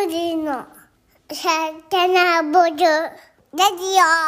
グリのサタナボルラジ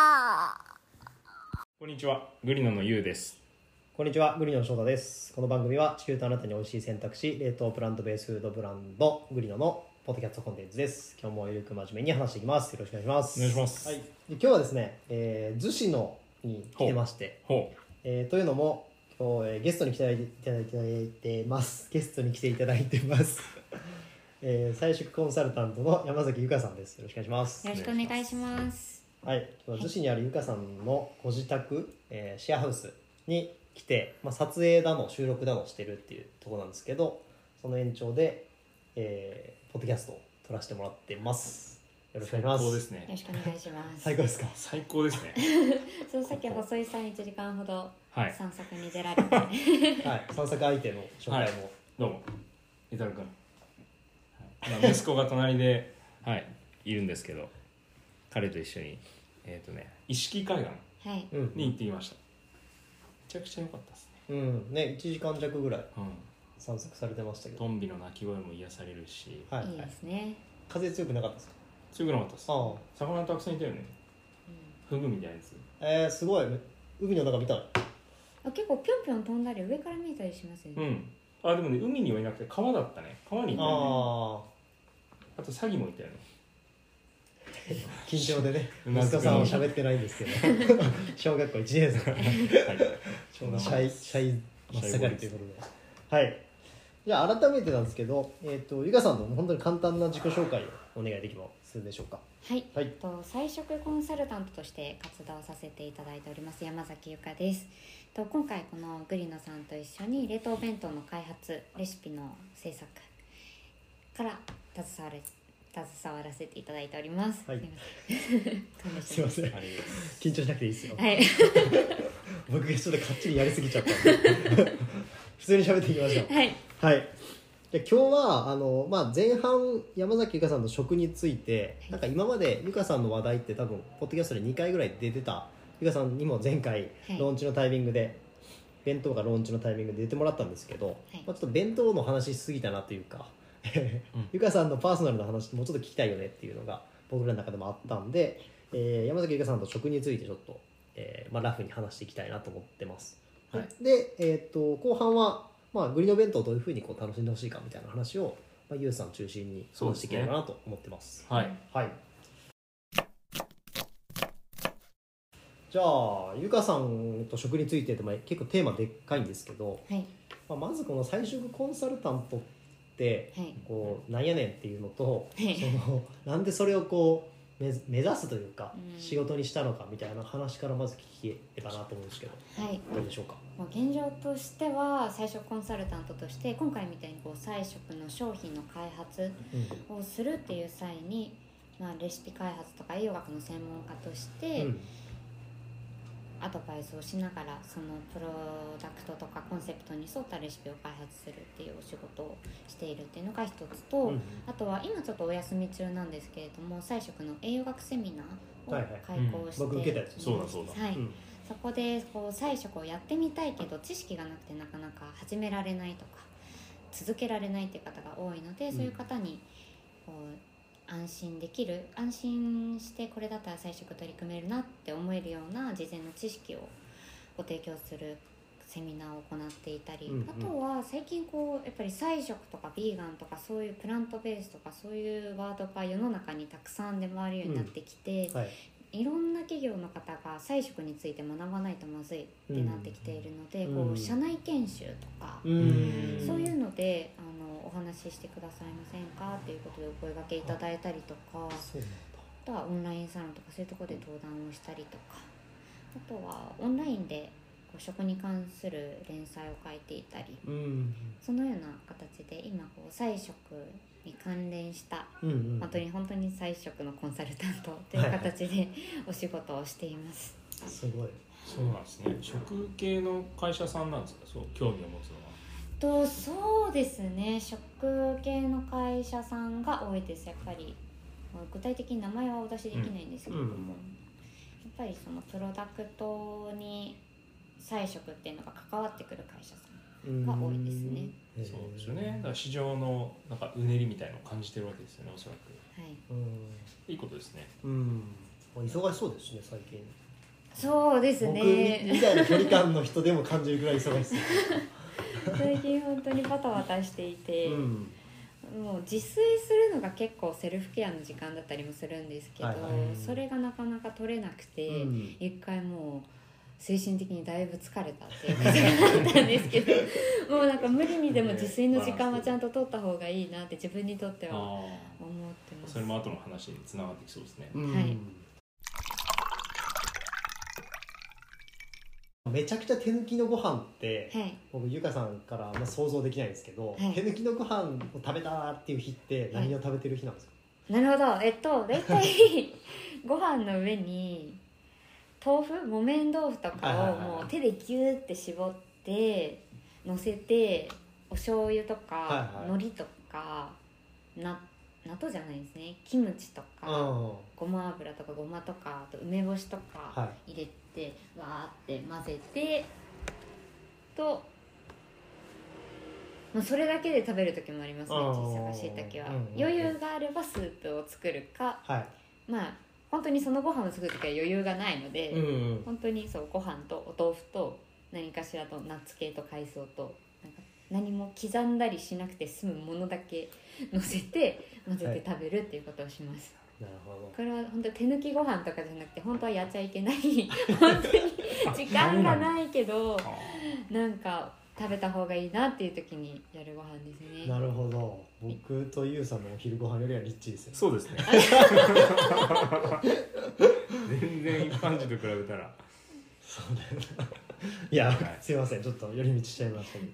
オ。 こんにちは、グリノのゆうです。 こんにちは、グリノの翔太です。この番組は地球とあなたに美味しい選択肢、冷凍プラントベースフードブランドグリノのポッドキャストコンテンツです。今日もゆるく真面目に話していきます。よろしくお願いします。 お願いします。 はい、今日はですね、逗子のに来てまして、というのも今日、ゲストに来ていただいてます。ゲストに来ていただいてます。菜食コンサルタントの山崎由香さんです。よろしくお願いします。 よろしくお願いします。 はい、今日は逗子にある由香さんのご自宅、シェアハウスに来て、撮影だの収録だのしてるっていうところなんですけど、その延長で、ポッドキャストを撮らせてもらってます。よろしくお願いします。 最高ですね。 よろしくお願いします。 最高ですか。 最高ですね。 そう、さっき細井さん1時間ほどはい散策に出られて、 はい、散策相手の紹介も、 どうも、いたるくん。息子が隣で、いるんですけど、彼と一緒に、一色海岸はい、 に行ってきました。めちゃくちゃ良かったですね。 1時間弱ぐらいうん。 散策されてましたけど、 トンビの鳴き声も癒されるし、 はい、 いいですね。 風強くなかったですか。 強くなかったです。 あ魚たくさんいたよね。フグみたいなやつ。 あ、すごい海の中見たの。 あ、結構ぴょんぴょん飛んだり上から見えたりしますよね。 うん。あ、でもね、海にはいなくて川だったね。川にいたよね。 ああとサギもいたよね。 緊張でね、 うなずく息子さんは喋ってないんですけど小学校1年生はい。 ちょうどシャイ真っ盛りということで、はい、じゃあ改めてなんですけど、ゆかさんの本当に簡単な自己紹介をお願いできますでしょうか。 はい、 はい、 菜食コンサルタントとして活動させていただいております山崎由香です。今回このグリノさんと一緒に冷凍弁当の開発、レシピの制作から携わらせていただいております。 はいすいません。 すいません、 あれです。 緊張しなくていいですよ、 はい。 僕がちょっとかっちりやりすぎちゃったんで普通に喋っていきましょう。 はい。 はい、で今日は前半山崎由香さんの食について、なんか今まで由香さんの話題って多分ポッドキャストで2回ぐらい出てた由香さんにも前回ローンチのタイミングで、弁当がローンチのタイミングで出てもらったんですけど、ちょっと弁当の話しすぎたなというか由香さんのパーソナルな話もうちょっと聞きたいよねっていうのが僕らの中でもあったんで、山崎由香さんと食についてちょっと、ラフに話していきたいなと思ってます。 はい、 で、後半はグリの弁当をどういうふうにこう楽しんでほしいかみたいな話を、ゆうさん中心に話していければなと思ってます。 はい。 はい。じゃあゆかさんと食についてって、結構テーマでっかいんですけど、 はい。 まずこの菜食コンサルタントってこうなんやねんっていうのと、なんでそれをこう目指すというか、仕事にしたのかみたいな話からまず聞ければなと思うんですけど、 はい、 どうでしょうか。 現状としては菜食コンサルタントとして今回みたいにこう菜食の商品の開発をするっていう際に、レシピ開発とか栄養学の専門家として、アドバイスをしながらそのプロダクトとかコンセプトに沿ったレシピを開発するっていうお仕事をしているっていうのが一つと、あとは今ちょっとお休み中なんですけれども菜食の栄養学セミナーを開講して、 僕受けたやつ。 そうだそうだ。 はい、そこでこう菜食をやってみたいけど知識がなくてなかなか始められないとか続けられないっていう方が多いので、そういう方にこう安心してこれだったら菜食取り組めるなって思えるような事前の知識をご提供するセミナーを行っていたり、あとは最近こうやっぱり菜食とかビーガンとかそういうプラントベースとかそういうワードが世の中にたくさん出回るようになってきて、いろんな企業の方が菜食について学ばないとまずいってなってきているので、こう社内研修とか、そういうのでお話ししてくださいませんかっていうことでお声掛けいただいたりとか、あとはオンラインサロンとかそういうところで登壇をしたりとか、あとはオンラインで食に関する連載を書いていたり、そのような形で今こう菜食に関連した、本当に菜食のコンサルタントという形でお仕事をしています。 すごい。 そうなんですね。食系の会社さんなんですか。そう興味を持つのは。 そうですね、食系の会社さんが多いです。やっぱり具体的に名前はお出しできないんですけれども、やっぱりそのプロダクトに菜食っていうのが関わってくる会社さが多いですね。 そうですよね。だから市場のなんかうねりみたいのを感じてるわけですよね、おそらく。 はい、 いいことですね。 忙しそうですしね最近。 そうです僕ね。 みたいな距離感の人でも感じるぐらい忙しそうです。 最近本当にバタバタしていて、もう自炊するのが結構セルフケアの時間だったりもするんですけど、 はいはいそれがなかなか取れなくて、一回もう精神的にだいぶ疲れたっていう感じがあったんですけどもうなんか無理にでも自炊の時間はちゃんと取った方がいいなって自分にとっては思ってます。 それも後の話につながってきそうですね。 はい。 めちゃくちゃ手抜きのご飯って、 はい、 僕ゆかさんからあんま想像できないんですけど、 はい、 手抜きのご飯を食べたっていう日って何を食べてる日なんですか？ なるほど。大体ご飯の上に豆腐、木綿豆腐とかをもう手でギューって絞って乗せて、お醤油とか海苔とか納豆じゃないですね、キムチとかごま油とかごまとか、あと梅干しとか入れて、わーって混ぜてと、それだけで食べる時もありますね。忙しい時は余裕があればスープを作るか、まあ本当にそのご飯を作る時は余裕がないので、本当にそうご飯とお豆腐と何かしらとナッツ系と海藻となんか何も刻んだりしなくて済むものだけ乗せて混ぜて食べるっていうことをします。 なるほど。 これは本当手抜きご飯とかじゃなくて、本当はやっちゃいけない本当に時間がないけどなんか食べた方がいいなっていう時にやるご飯ですね。 なるほど。僕とゆうさんのお昼ご飯よりはリッチですよね。 そうですね全然一般人と比べたらそうだよな。いや、すいません、ちょっと寄り道しちゃいましたけど。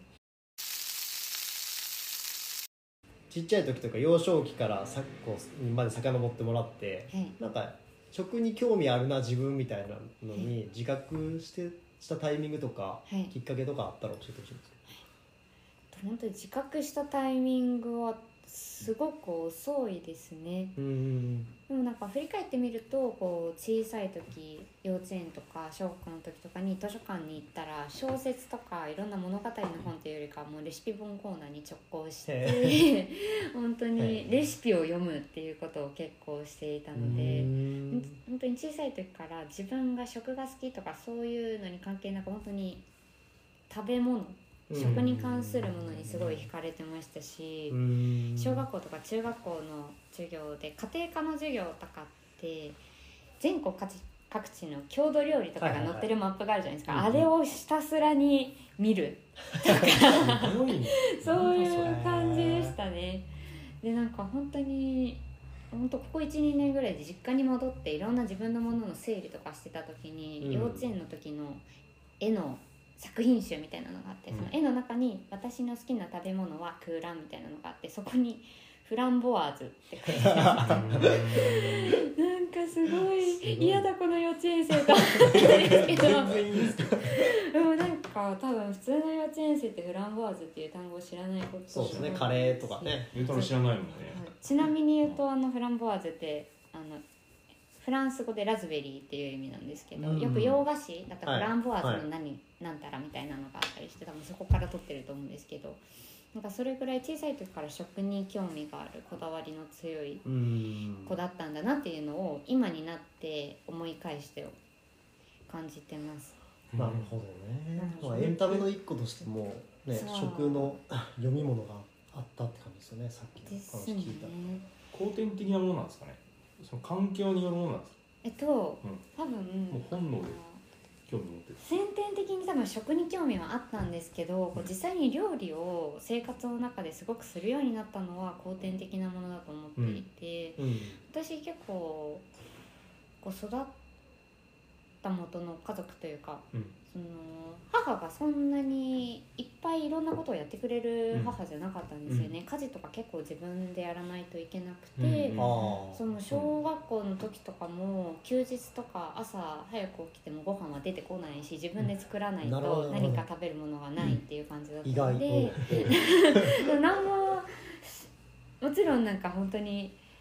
ちっちゃい時とか幼少期から昨今まで遡ってもらって、なんか食に興味あるな自分みたいなのに自覚したタイミングとか、きっかけとかあったら教えてほしいんですけど。 本当に自覚したタイミングはすごく遅いですね。でもなんか振り返ってみると、こう小さい時、幼稚園とか小学校の時とかに図書館に行ったら小説とかいろんな物語の本というよりかはもうレシピ本コーナーに直行して本当にレシピを読むっていうことを結構していたので、本当に小さい時から自分が食が好きとかそういうのに関係なく、本当に食べ物、食に関するものにすごい惹かれてましたし、小学校とか中学校の授業で家庭科の授業とかって全国各地の郷土料理とかが載ってるマップがあるじゃないですか、あれをひたすらに見るとかそういう感じでしたね。でなんか本当ここ 1,2 年ぐらいで実家に戻っていろんな自分のものの整理とかしてた時に、幼稚園の時の絵の作品集みたいなのがあって、その絵の中に私の好きな食べ物は空欄みたいなのがあって、そこにフランボワーズって書いてあってなんかすごい嫌だこの幼稚園生と思ってるんですけどでもなんか多分普通の幼稚園生ってフランボワーズっていう単語を知らないこと。 そうですね、カレーとかね言うたら知らないもんね。 ちなみに言うとフランボワーズってフランス語でラズベリーっていう意味なんですけど、よく洋菓子だとフランボワーズのなんたらみたいなのがあったりして、多分そこから取ってると思うんですけど、なんかそれぐらい小さい時から食に興味がある、こだわりの強い子だったんだなっていうのを今になって思い返して感じてます。 なるほどね。まあ、エンタメの一個としても、ね、食の読み物があったって感じですよね。さっきの話聞いたら、 後天的なものなんですかね。その環境によるものなんですか。 多分もう本能で興味持ってる。 先天的に多分食に興味はあったんですけど、実際に料理を生活の中ですごくするようになったのは後天的なものだと思っていて、私結構こう育った元の家族というか、その母がそんなにいっぱいいろんなことをやってくれる母じゃなかったんですよね。家事とか結構自分でやらないといけなくて、その小学校の時とかも休日とか朝早く起きてもご飯は出てこないし、自分で作らないと何か食べるものがないっていう感じだったので、何ももちろんなんか本当に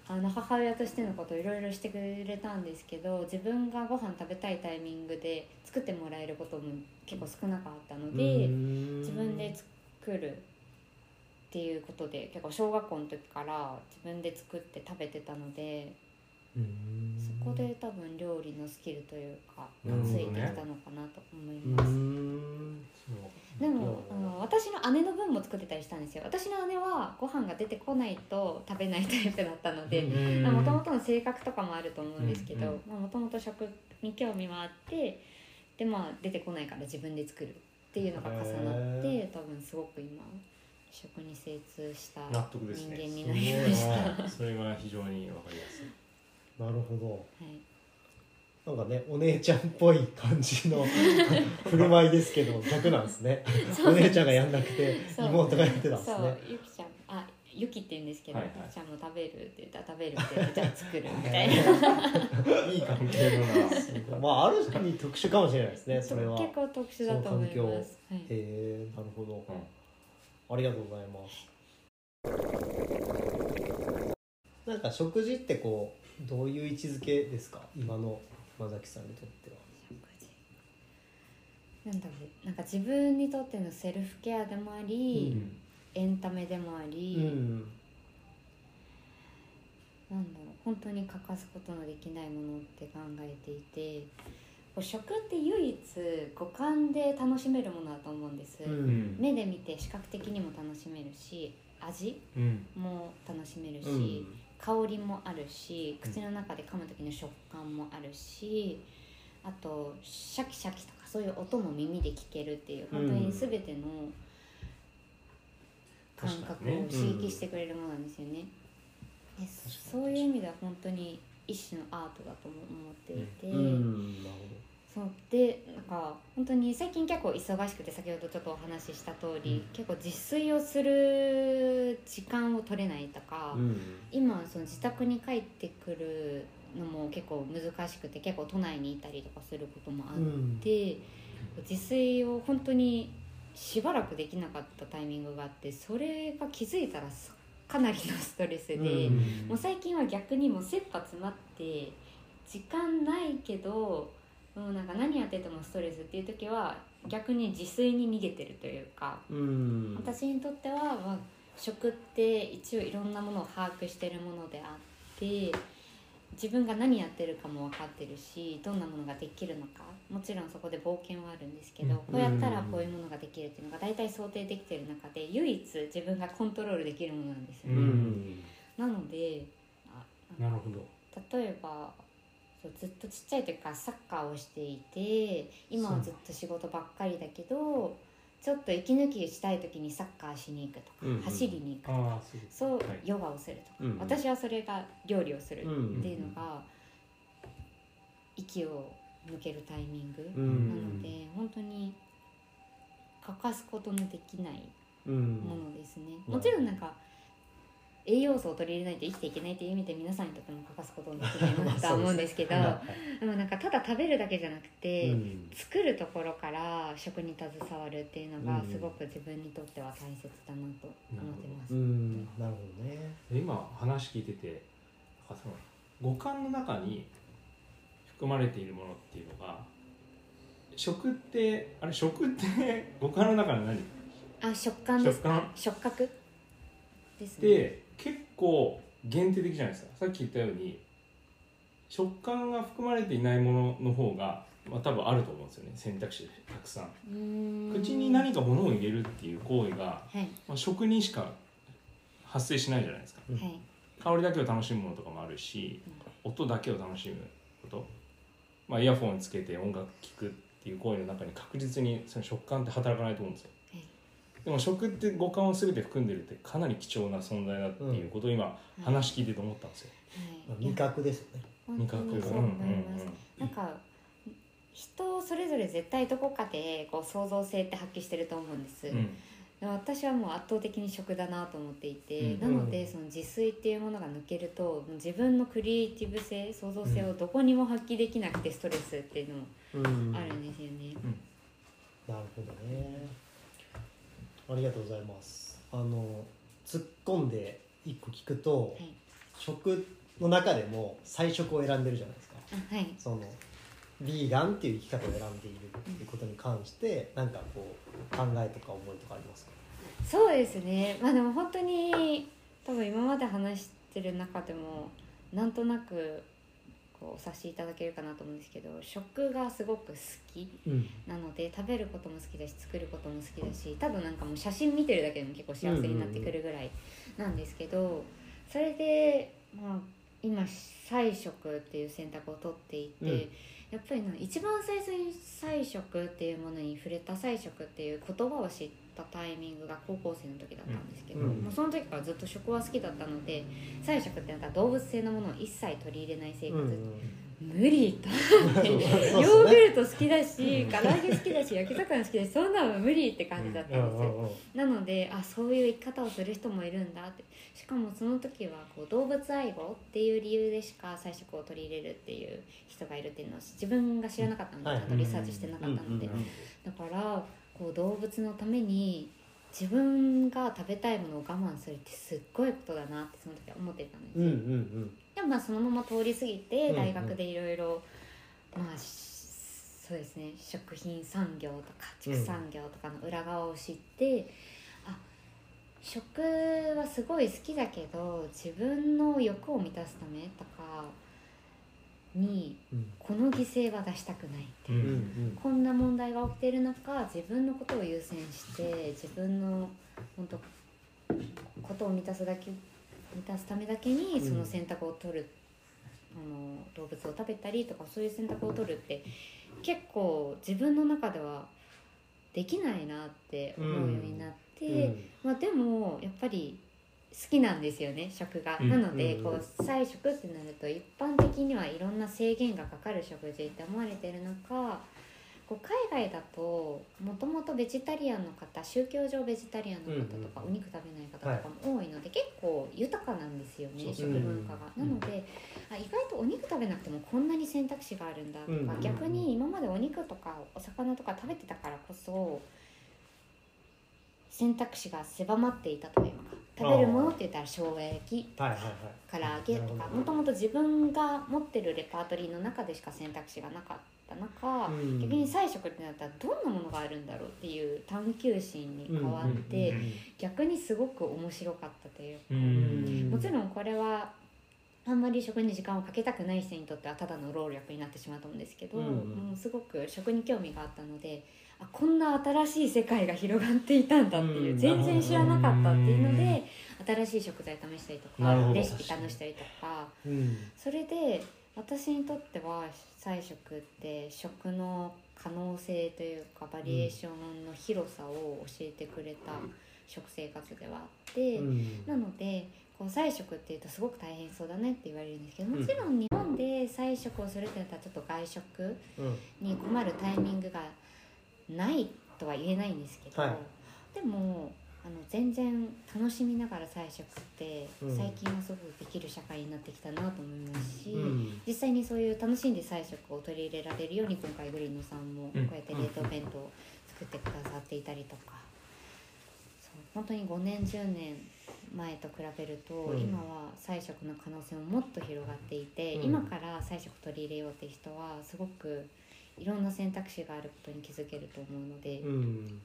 母親としてのことをいろいろしてくれたんですけど、自分がご飯食べたいタイミングで作ってもらえることも結構少なかったので、自分で作るっていうことで結構小学校の時から自分で作って食べてたので、そこで多分料理のスキルというかついてきたのかなと思います。でも私の姉の分も作ってたりしたんですよ。私の姉はご飯が出てこないと食べないタイプだったので、もともとの性格とかもあると思うんですけど、もともと食に興味もあって、で出てこないから自分で作るっていうのが重なって、多分すごく今食に精通した人間になりました。 それは非常にわかりやすい。 なるほど、 はい、 なんかねお姉ちゃんっぽい感じの振る舞いですけど逆なんですね。お姉ちゃんがやんなくて妹がやってたんですね。 そうゆきちゃんゆきって言うんですけど、ゆきちゃんも食べるって言ったら食べるって言ってじゃあ作るみたいな。いい関係だな。まあある意味特殊かもしれないですね。それは結構特殊だと思います。 なるほど、ありがとうございます。なんか食事ってこうどういう位置づけですか、今の山崎さんにとっては。 なんか自分にとってのセルフケアでもあり、エンタメでもあり、本当に欠かすことのできないものって考えていて、食って唯一五感で楽しめるものだと思うんです、目で見て視覚的にも楽しめるし、味も楽しめるし、香りもあるし、口の中で噛む時の食感もあるし、あとシャキシャキとかそういう音も耳で聞けるっていう、本当に全ての感覚を刺激してくれるものなんですよね。でそういう意味では本当に一種のアートだと思っていて、そうでなんか本当に最近結構忙しくて、先ほどちょっとお話しした通り、結構自炊をする時間を取れないとか、今その自宅に帰ってくるのも結構難しくて、結構都内にいたりとかすることもあって、自炊を本当にしばらくできなかったタイミングがあって、それが気づいたらかなりのストレスで、もう最近は逆にもう切羽詰まって時間ないけどなんか何やっててもストレスっていう時は逆に自炊に逃げてるというか、私にとっては、食って一応いろんなものを把握してるものであって、自分が何やってるかも分かってるし、どんなものができるのか、もちろんそこで冒険はあるんですけど、こうやったらこういうものができるっていうのが大体想定できてる中で唯一自分がコントロールできるものなんですよね。なのでなるほど。 例えばずっとちっちゃい時からサッカーをしていて、今はずっと仕事ばっかりだけど、ちょっと息抜きしたい時にサッカーしに行くとか、走りに行くとか、そうヨガをするとか、私はそれが料理をするっていうのが息を抜けるタイミングなので、本当に欠かすことのできないものですね。もちろんなんか栄養素を取り入れないと生きていけないという意味で皆さんにとっても欠かすことのできないものだとは思うんですけどでもなんかただ食べるだけじゃなくて、作るところから食に携わるっていうのがすごく自分にとっては大切だなと思ってます。 なるほどね。 今話聞いてて、その五感の中に含まれているものっていうのが、食って五感の中の何？ 食感ですか？触覚ですね。 で結構限定的じゃないですか。さっき言ったように食感が含まれていないものの方が、多分あると思うんですよね、選択肢たくさん。口に何か物を入れるっていう行為が、食にしか発生しないじゃないですか、香りだけを楽しむものとかもあるし、音だけを楽しむこと、イヤホンつけて音楽聴くっていう行為の中に確実にその食感って働かないと思うんですよ。でも食って五感を全て含んでるってかなり貴重な存在だっていうことを今話聞いてて思ったんですよ。 味覚ですよね。 味覚が、なんか人それぞれ絶対どこかでこう創造性って発揮してると思うんです、私はもう圧倒的に食だなと思っていて、なのでその自炊っていうものが抜けると自分のクリエイティブ性、創造性をどこにも発揮できなくてストレスっていうのもあるんですよね。 なるほどね。ありがとうございます。突っ込んで一個聞くと、食の中でも菜食を選んでるじゃないですか。 あはいそのビーガンっていう生き方を選んでいるっていうことに関してなんかこう考えとか思いとかありますか？ そうですね。まあでも本当に多分今まで話してる中でもなんとなくこうお察しいただけるかなと思うんですけど、食がすごく好きなので、食べることも好きだし作ることも好きだし、多分なんかもう写真見てるだけでも結構幸せになってくるぐらいなんですけど、それでまあ今菜食っていう選択を取っていて、やっぱり一番最初に菜食っていうものに触れた、菜食っていう言葉を知ったタイミングが高校生の時だったんですけど、もうその時からずっと食は好きだったので、菜食ってなんか動物性のものを一切取り入れない生活、無理と思ってヨーグルト好きだし唐揚げ好きだし焼き魚好きだし、そんなの無理って感じだったんですよ。なのでそういう生き方をする人もいるんだって。しかもその時はこう動物愛護っていう理由でしか菜食を取り入れるっていう人がいるっていうのを自分が知らなかったので、ちゃんとリサーチしてなかったので、だからこう動物のために自分が食べたいものを我慢するってすっごいことだなってその時は思ってたんですよ。でもまあそのまま通り過ぎて大学でいろいろまあそうですね、食品産業とか畜産業とかの裏側を知って、食はすごい好きだけど自分の欲を満たすためとかにこの犠牲は出したくないっていう、こんな問題が起きている中自分のことを優先して自分の本当ことを満たすためだけにその選択を取る、動物を食べたりとかそういう選択を取るって結構自分の中ではできないなって思うようになって、まあ、でもやっぱり好きなんですよね食が。なのでこう菜食ってなると一般的にはいろんな制限がかかる食事って思われてる中、こう海外だともともとベジタリアンの方、宗教上ベジタリアンの方とか、お肉食べない方とかも多いので、結構豊かなんですよね、食文化が。なので意外とお肉食べなくてもこんなに選択肢があるんだとか、逆に今までお肉とかお魚とか食べてたからこそ選択肢が狭まっていたというか、食べるものって言ったら生姜焼き、唐揚げとか、もともと自分が持ってるレパートリーの中でしか選択肢がなかった中、逆に菜食ってなったらどんなものがあるんだろうっていう探求心に変わって、逆にすごく面白かったというか、もちろんこれはあんまり食に時間をかけたくない人にとってはただの労力になってしまうと思うんですけど、もうすごく食に興味があったので、こんな新しい世界が広がっていたんだっていう、全然知らなかったっていうので新しい食材試したりとかレシピ試したりとか、それで私にとっては菜食って食の可能性というかバリエーションの広さを教えてくれた食生活ではあって、なのでこう菜食っていうとすごく大変そうだねって言われるんですけど、もちろん日本で菜食をするってなったらちょっと外食に困るタイミングがないとは言えないんですけど、でも全然楽しみながら菜食って最近はすごくできる社会になってきたなと思いますし、実際にそういう楽しんで菜食を取り入れられるように今回グリーンのさんもこうやって冷凍弁当を作ってくださっていたりとか、そう本当に5年10年前と比べると、今は菜食の可能性ももっと広がっていて、今から菜食取り入れようって人はすごくいろんな選択肢があることに気づけると思うので、ちょっ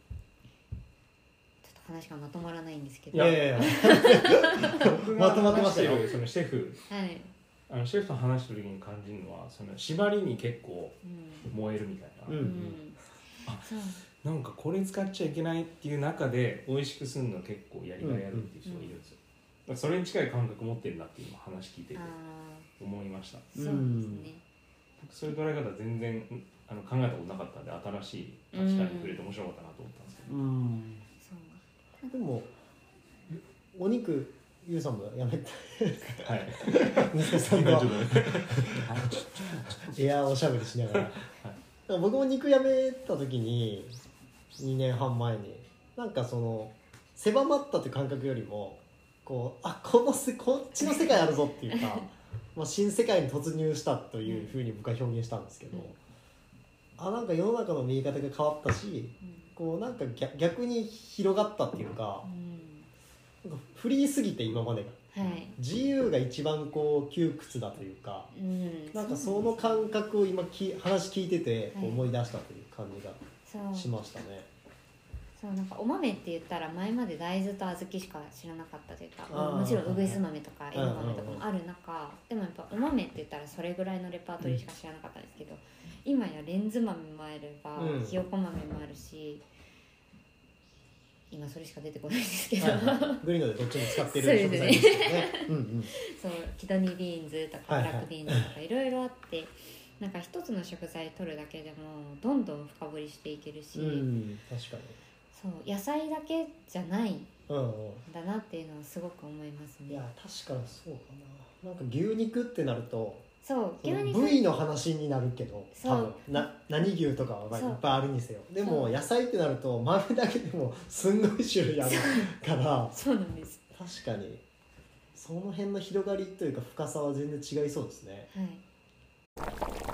と話がまとまらないんですけど、 僕が話してるそのシェフ、シェフと話してる時に感じるのはその縛りに結構燃えるみたいな、なんかこれ使っちゃいけないっていう中で美味しくするのは結構やりがいあるっていう人がいるんですよ。それに近い感覚持ってるなって今話聞いてて思いました。 そうですね。 そういう捉え方全然考えたことなかったんで、新しい価値観に触れて面白かったなと思ったんですけど。 でもお肉ゆうさんもやめて息子さんとエアおしゃべりしながら、僕も肉やめた時に2年半前になんかその狭まったという感覚よりもこっちの世界あるぞっていうかまあ新世界に突入したというふうに僕は表現したんですけど、なんか世の中の見え方が変わったし、こうなんか逆に広がったっていうか、なんかフリーすぎて今までがはい自由が一番こう窮屈だというか、なんかその感覚を今話聞いててこう思い出したという感じがそうしましたね。 そうなんかお豆って言ったら前まで大豆と小豆しか知らなかったというか、 あーもちろんうぐいす豆とかえの豆とかもある中、でもやっぱお豆って言ったらそれぐらいのレパートリーしか知らなかったんですけど、今やレンズ豆もあればひよこ豆もあるし、今それしか出てこないんですけど、 はいはい、グリーンのでどっちも使ってるそうですね食材ですよね。うんうん。 そうキドニービーンズとかはいはいブラックビーンズとかいろいろあって、なんか一つの食材取るだけでもどんどん深掘りしていけるし、 確かに。 そう野菜だけじゃないんうんうん。 だなっていうのはすごく思いますね。 いや確かにそうかな。なんか牛肉ってなるとそうその牛肉部位の話になるけど、 そう多分何牛とかはまあいそうっぱいあるにせよ。でもそう野菜ってなると豆だけでもすんごい種類あるからそうなんです。 確かにその辺の広がりというか深さは全然違いそうですね。 はい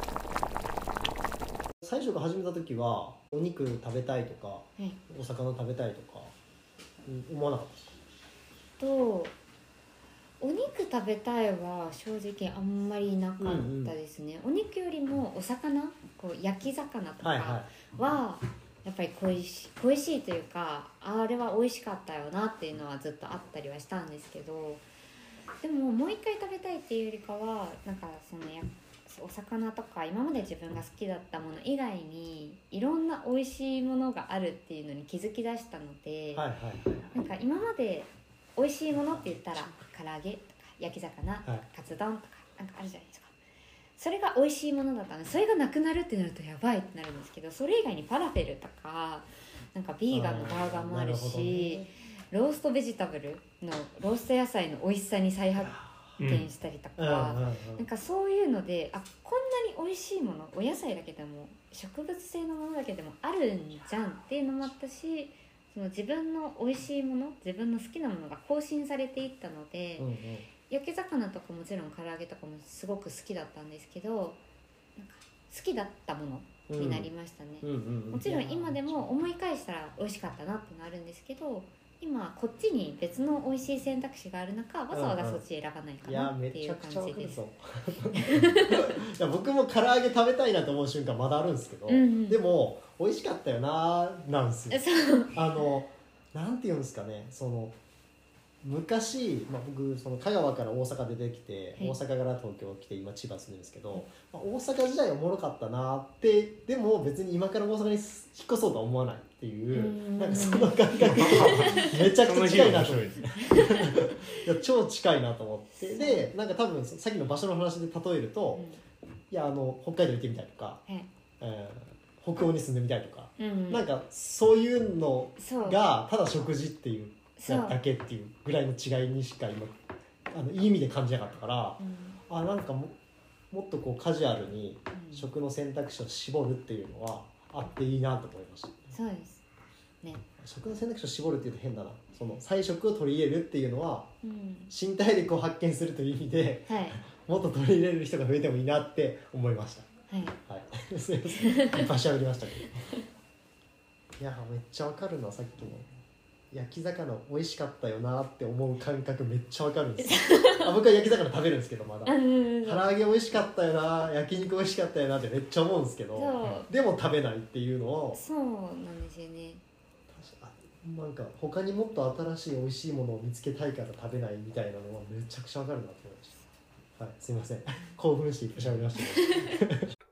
最初から始めた時はお肉食べたいとかはいお魚食べたいとか思わなかったですか？ とお肉食べたいは正直あんまりなかったですね、お肉よりもお魚こう焼き魚とかはいははやっぱり恋しいというかあれは美味しかったよなっていうのはずっとあったりはしたんですけど、でももう一回食べたいっていうよりかはなんかそのお魚とか今まで自分が好きだったもの以外にいろんな美味しいものがあるっていうのに気づき出したので、 はいはいなんか今まで美味しいものって言ったら唐揚げとか焼き魚、 はいカツ丼とかなんかあるじゃないですか。それが美味しいものだったので、それがなくなるってなるとやばいってなるんですけど、それ以外にファラフェルとかなんかビーガンのバーガーもあるし、ローストベジタブルのロースト野菜の美味しさに再発見したりとか、なんかそういうのでこんなに美味しいものお野菜だけでも植物性のものだけでもあるんじゃんっていうのもあったし、その自分の美味しいもの自分の好きなものが更新されていったので、焼き魚とかもちろん唐揚げとかもすごく好きだったんですけど、なんか好きだったものになりましたね、もちろん今でも思い返したら美味しかったなってのあるんですけど、今こっちに別の美味しい選択肢がある中わざわざそっち選ばないかなっていう感じです。 いや僕も唐揚げ食べたいなと思う瞬間まだあるんですけど、でも美味しかったよななんですよ。なんていうんですかね、その昔、僕その香川から大阪出てきて、大阪から東京来て今千葉住んでるんですけど、大阪時代おもろかったなって、でも別に今から大阪に引っ越そうとは思わないっていう、なんかその感覚めちゃくちゃ近いなと思っていや超近いなと思って、でなんか多分さっきの場所の話で例えると、いや北海道行ってみたいとか、北欧に住んでみたいとか、なんかそういうのがただ食事っていうだけっていうぐらいの違いにしか今いい意味で感じなかったから、なんかもっとこうカジュアルに食の選択肢を絞るっていうのはあっていいなと思いました。 そうですね。 食の選択肢を絞るっていうと変だな、その菜食を取り入れるっていうのは、身体力を発見するという意味で、もっと取り入れる人が増えてもいいなって思いました。すいませんいっぱい喋りましたけどいやめっちゃわかるな、さっきの焼き魚美味しかったよなって思う感覚めっちゃわかるんですよ僕は焼き魚食べるんですけど、まだ唐揚げ美味しかったよな、焼肉美味しかったよなってめっちゃ思うんですけど、でも食べないっていうのを、 そうなんですよね。 なんか他にもっと新しい美味しいものを見つけたいから食べないみたいなのはめちゃくちゃわかるなと思いました。はい、すいません興奮していっぱい喋りましたけど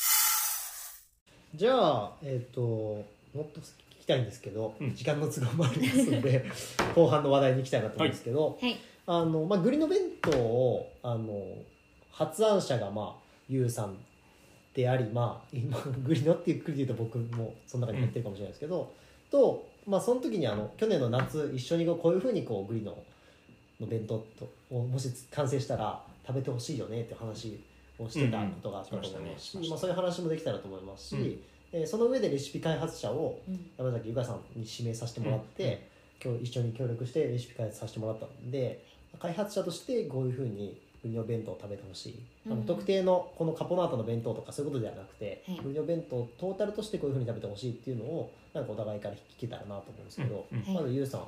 じゃあもっと聞きたいんですけど、時間の都合もありますので後半の話題に行きたいなと思うんですけど、グリの弁当を発案者がゆうさんであり、今グリのってゆっくり言うと僕もその中に入ってるかもしれないですけど、とその時に去年の夏一緒にこういうふうにグリの弁当をもし完成したら食べてほしいよねっていう話をしてたことがあったと思いますし、そういう話もできたらと思いますし、その上でレシピ開発者を山崎ゆかさんに指名させてもらって、今日一緒に協力してレシピ開発させてもらったんで、開発者としてこういうふうにグリの弁当を食べてほしい、特定のこのカポナータの弁当とかそういうことではなくて、グリの弁当トータルとしてこういうふうに食べてほしいっていうのをなんかお互いから聞けたらなと思うんですけど、まずゆうさん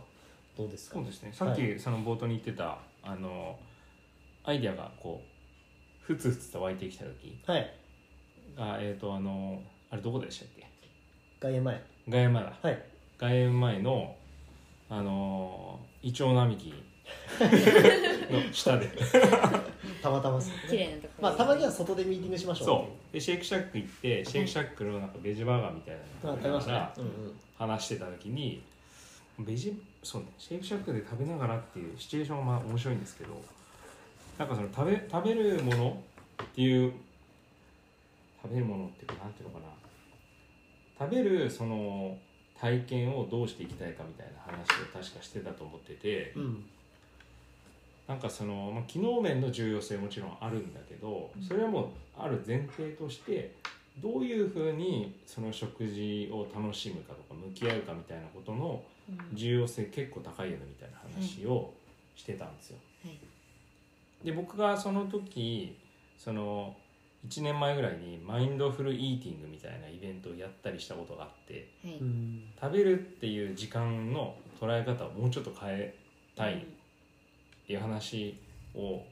どうですか？ そうですね、さっきその冒頭に言ってた、アイデアがこうふつふつと湧いてきた時はいが、あれどこでしたっけ？ 外苑前外苑前だ。 はい外苑前のイチョウ並木の下でたまたまですね綺麗なところ、 まあたまには外でミーティングしましょうそうでシェイクシャック行ってシェイクシャックのなんかベジバーガーみたいなの食べながら話してた時にそうね、シェイクシャックで食べながらっていうシチュエーションがまあ面白いんですけど、なんかその食べるものっていうかなんていうのかな、食べるその体験をどうしていきたいかみたいな話を確かしてたと思ってて、なんかその、機能面の重要性もちろんあるんだけど、それはもうある前提としてどういうふうにその食事を楽しむかとか向き合うかみたいなことの重要性結構高いよねみたいな話をしてたんですよ。で僕がその時その1年前ぐらいにマインドフルイーティングみたいなイベントをやったりしたことがあって、食べるっていう時間の捉え方をもうちょっと変えたいっていう話を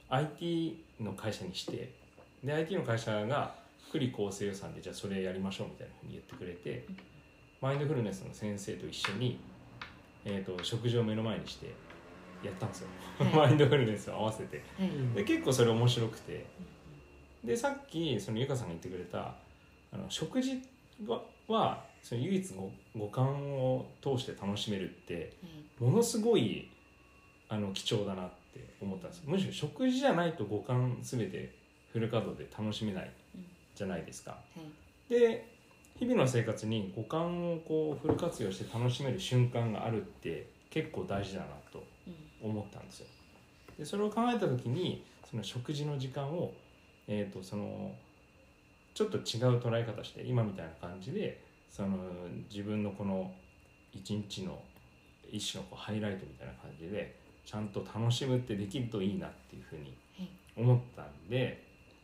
IT の会社にして、で IT の会社が福利厚生予算でじゃあそれやりましょうみたいなふうに言ってくれて、マインドフルネスの先生と一緒に、食事を目の前にしてやったんですよ、マインドフルネスを合わせて、で結構それ面白くて、でさっきそのゆかさんが言ってくれた食事はその唯一五感を通して楽しめるってものすごい貴重だなって思ったんです。むしろ食事じゃないと五感全てフル稼働で楽しめないじゃないですか、で日々の生活に五感をこうフル活用して楽しめる瞬間があるって結構大事だなと思ったんですよ。でそれを考えた時にその食事の時間を、そのちょっと違う捉え方して今みたいな感じでその自分のこの一日の一種のこうハイライトみたいな感じでちゃんと楽しむってできるといいなっていうふうに思ったんで、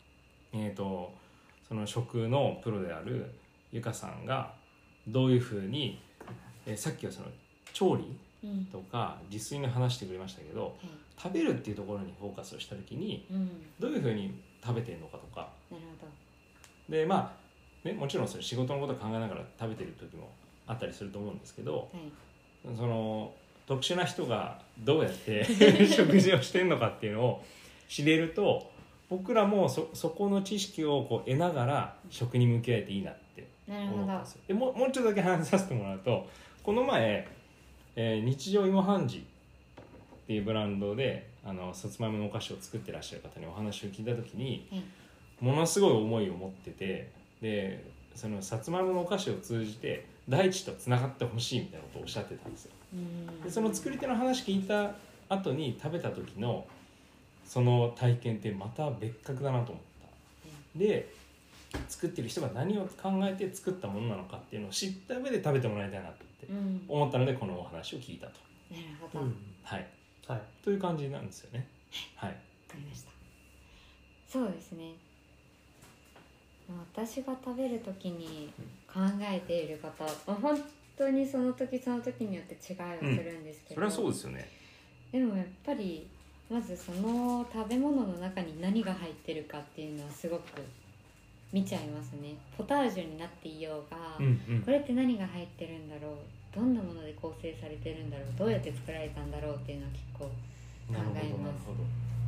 その食のプロであるゆかさんがどういうふうに、さっきはその調理とか自炊の話してくれましたけど、食べるっていうところにフォーカスをした時に、どういうふうに食べてるのかとか、でまあね、もちろんそれ仕事のことを考えながら食べてる時もあったりすると思うんですけど、その特殊な人がどうやって食事をしてるのかっていうのを知れると、僕らもそこの知識をこう得ながら食に向き合えていいなって思ったんですよ。でもうちょっとだけ話させてもらうと、この前、日常芋はんじっていうブランドでさつまいものお菓子を作ってらっしゃる方にお話を聞いた時に、ものすごい思いを持ってて、でそのさつまいものお菓子を通じて大地とつながってほしいみたいなことをおっしゃってたんですよ。でその作り手の話聞いた後に食べた時のその体験ってまた別格だなと思った。で作ってる人が何を考えて作ったものなのかっていうのを知った上で食べてもらいたいなって思ったので、このお話を聞いたと。 なるほど、 はいという感じなんですよね。はい、 わかりました。そうですね、私が食べる時に考えていること、本当にその時その時によって違いはするんですけど、 それはそうですよね。 でもやっぱりまずその食べ物の中に何が入ってるかっていうのはすごく見ちゃいますね。ポタージュになっていようが、これって何が入ってるんだろう、どんなもので構成されてるんだろう、どうやって作られたんだろうっていうのは結構考えます。 なるほど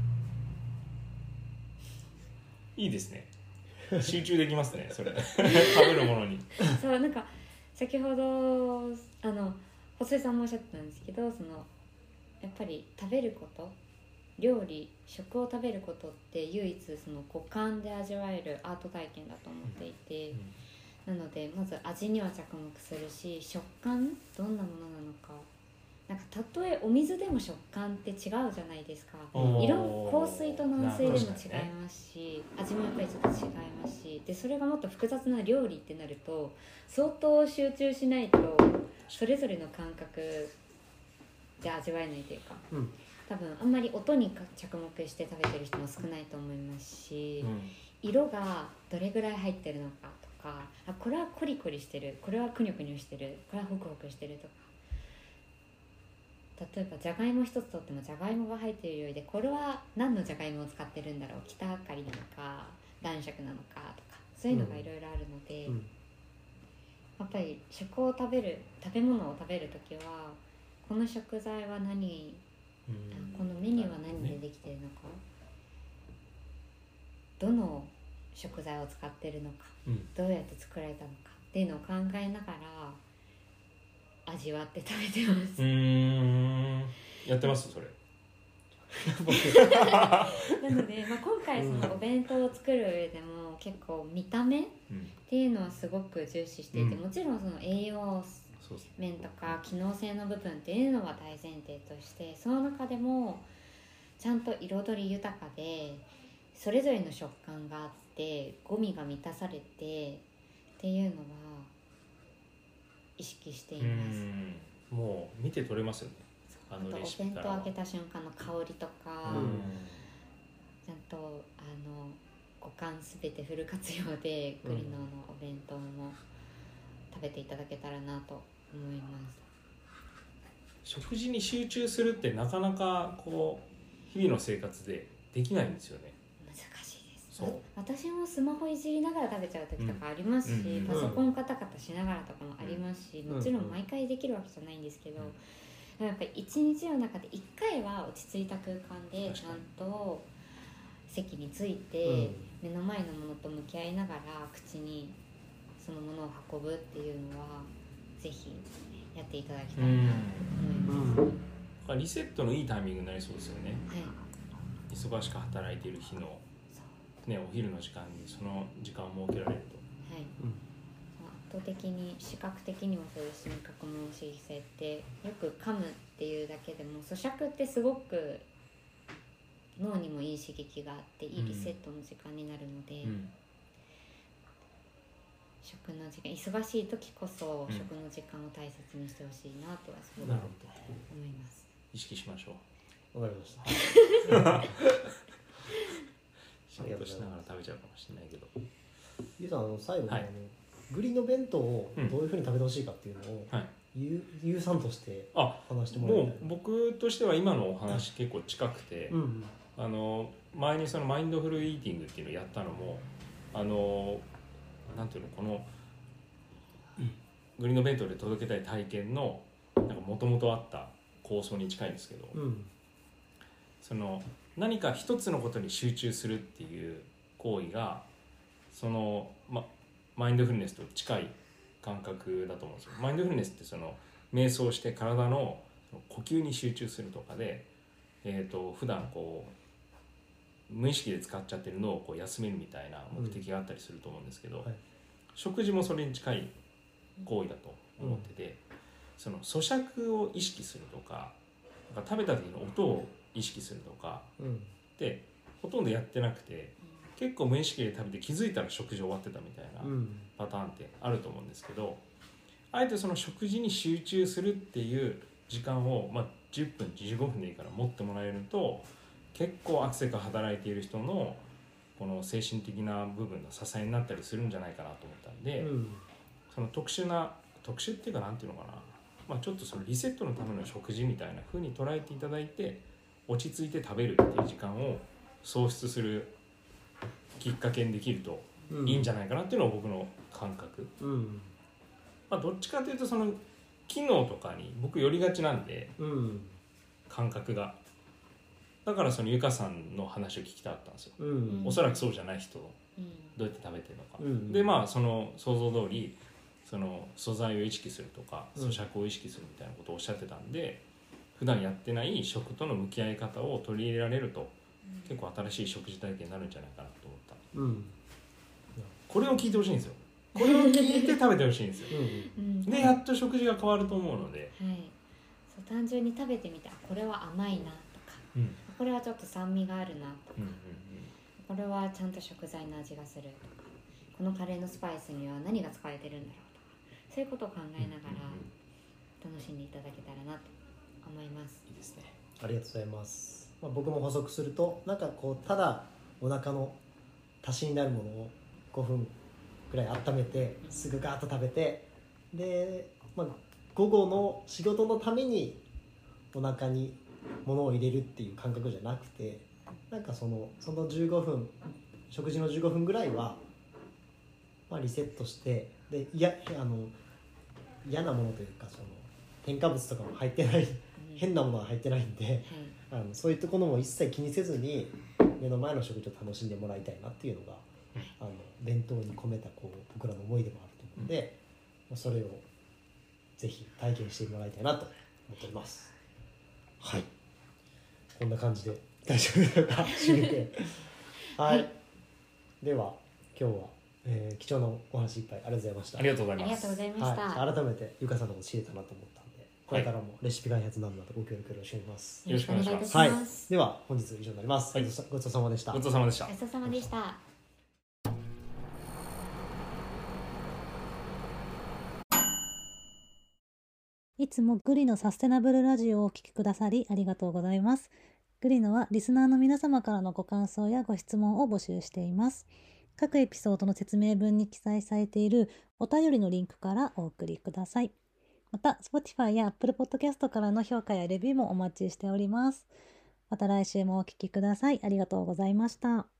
いいですね。集中できますねそれ食べるものに。 そうなんか先ほど細井さんもおっしゃってたんですけど、そのやっぱり食べること、料理食を食べることって唯一その五感で味わえるアート体験だと思っていて、なのでまず味には着目するし、食感どんなものなのか、なんかたとえお水でも食感って違うじゃないですか。香水と軟水でも違いますし、味もやっぱりちょっと違いますし、でそれがもっと複雑な料理ってなると相当集中しないとそれぞれの感覚で味わえないというか、多分あんまり音に着目して食べてる人も少ないと思いますし、色がどれぐらい入ってるのかとか、これはコリコリしてる、これはクニョクニョしてる、これはホクホクしてるとか、 例えばじゃがいも一つとってもじゃがいもが入っている料理でこれは何のじゃがいもを使ってるんだろう、北あかりなのか男爵なのかとかそういうのがいろいろあるので、やっぱり食べ物を食べるときはこの食材は何、このメニューは何でできてるのか、どの食材を使ってるのか、どうやって作られたのかっていうのを考えながら味わって食べてます。 やってますそれなので、今回そのお弁当を作る上でも結構見た目っていうのはすごく重視していて、もちろんその栄養面とか機能性の部分っていうのは大前提として、その中でもちゃんと彩り豊かでそれぞれの食感があってゴミが満たされてっていうのは意識しています。 もう見て取れますよね。 あとお弁当開けた瞬間の香りとか、ちゃんと五感すべてフル活用でグリノのお弁当も食べていただけたらなと思います。 食事に集中するってなかなかこう日々の生活でできないんですよね。 難しいです。私もスマホいじりながら食べちゃう時とかありますし、パソコンカタカタしながらとかもありますし、もちろん毎回できるわけじゃないんですけど、やっぱり一日の中で1回は落ち着いた空間でちゃんと席について目の前のものと向き合いながら口にそのものを運ぶっていうのはぜひやっていただきたいなと思います。 リセットのいいタイミングになりそうですよね。 はい、 忙しく働いている日の、ね、お昼の時間にその時間を設けられると、 はい、圧倒的に視覚的にもそうですし、味覚も刺激されて、よく噛むっていうだけでも咀嚼ってすごく脳にもいい刺激があっていいリセットの時間になるので、食の時間、忙しい時こそ食の時間を大切にしてほしいなとはすごく思います。 意識しましょう。わかりました仕事しながら食べちゃうかもしれないけど、 ゆうさん最後に、グリの弁当をどういうふうに食べてほしいかっていうのを、ゆうさんとして話してもらいたい。 もう僕としては今のお話結構近くて、前にそのマインドフルイーティングっていうのをやったのもなんていうの、このグリの弁当で届けたい体験のもともとあった構想に近いんですけど、その何か一つのことに集中するっていう行為がその、マインドフルネスと近い感覚だと思うんですよ。マインドフルネスってその瞑想して体の呼吸に集中するとかで、普段こう無意識で使っちゃってる脳をこう休めるみたいな目的があったりすると思うんですけど、食事もそれに近い行為だと思ってて、その咀嚼を意識するとか、食べた時の音を意識するとかってほとんどやってなくて、結構無意識で食べて気づいたら食事終わってたみたいなパターンってあると思うんですけど、あえてその食事に集中するっていう時間を、10分15分でいいから持ってもらえると、結構アクセが働いている人のこの精神的な部分の支えになったりするんじゃないかなと思ったんで、その特殊っていうかなんていうのかな、ちょっとそのリセットのための食事みたいな風に捉えていただいて、落ち着いて食べるっていう時間を創出するきっかけにできるといいんじゃないかなっていうのは僕の感覚、どっちかというとその機能とかに僕寄りがちなんで、感覚がだからそのゆかさんの話を聞きたかったんですよ、おそらくそうじゃない人どうやって食べてるのか、でその想像通りその素材を意識するとか咀嚼を意識するみたいなことをおっしゃってたんで、普段やってない食との向き合い方を取り入れられると、結構新しい食事体験になるんじゃないかなと思った、これを聞いてほしいんですよ。これを聞いて食べてほしいんですよでやっと食事が変わると思うので、 そう単純に食べてみて、これは甘いなとか、これはちょっと酸味があるなとか、これはちゃんと食材の味がするとか、このカレーのスパイスには何が使われてるんだろうとか、そういうことを考えながら楽しんでいただけたらなと思います。 いいですね。 ありがとうございます。僕も補足すると、ただお腹の足しになるものを5分くらい温めてすぐガーッと食べて、で、午後の仕事のためにお腹に物を入れるっていう感覚じゃなくて、なんかその15分食事の15分ぐらいは、まあ、リセットして、で嫌なものというか、その添加物とかも入ってない変なものは入ってないんで、そういうところも一切気にせずに目の前の食事を楽しんでもらいたいなっていうのが、弁当に込めた僕らの思いでもあると思うので、それをぜひ体験してもらいたいなと思っております。はい、こんな感じで大丈夫だか締めてはい、では今日は、貴重なお話いっぱいありがとうございました。 ありがとうございます。 ありがとうございました。 はい、改めてゆかさんのこと知れたなと思ったんで、これからもレシピ開発などなどご協力よろしくお願いします。 よろしくお願いします。 はい、では本日以上になります。ごちそうさまでした。 ごちそうさまでした。 ごちそうさまでした。 いつもグリのサステナブルラジオをお聞きくださりありがとうございます。グリノはリスナーの皆様からのご感想やご質問を募集しています。各エピソードの説明文に記載されているお便りのリンクからお送りください。また Spotify や Apple Podcast からの評価やレビューもお待ちしております。また来週もお聞きください。ありがとうございました。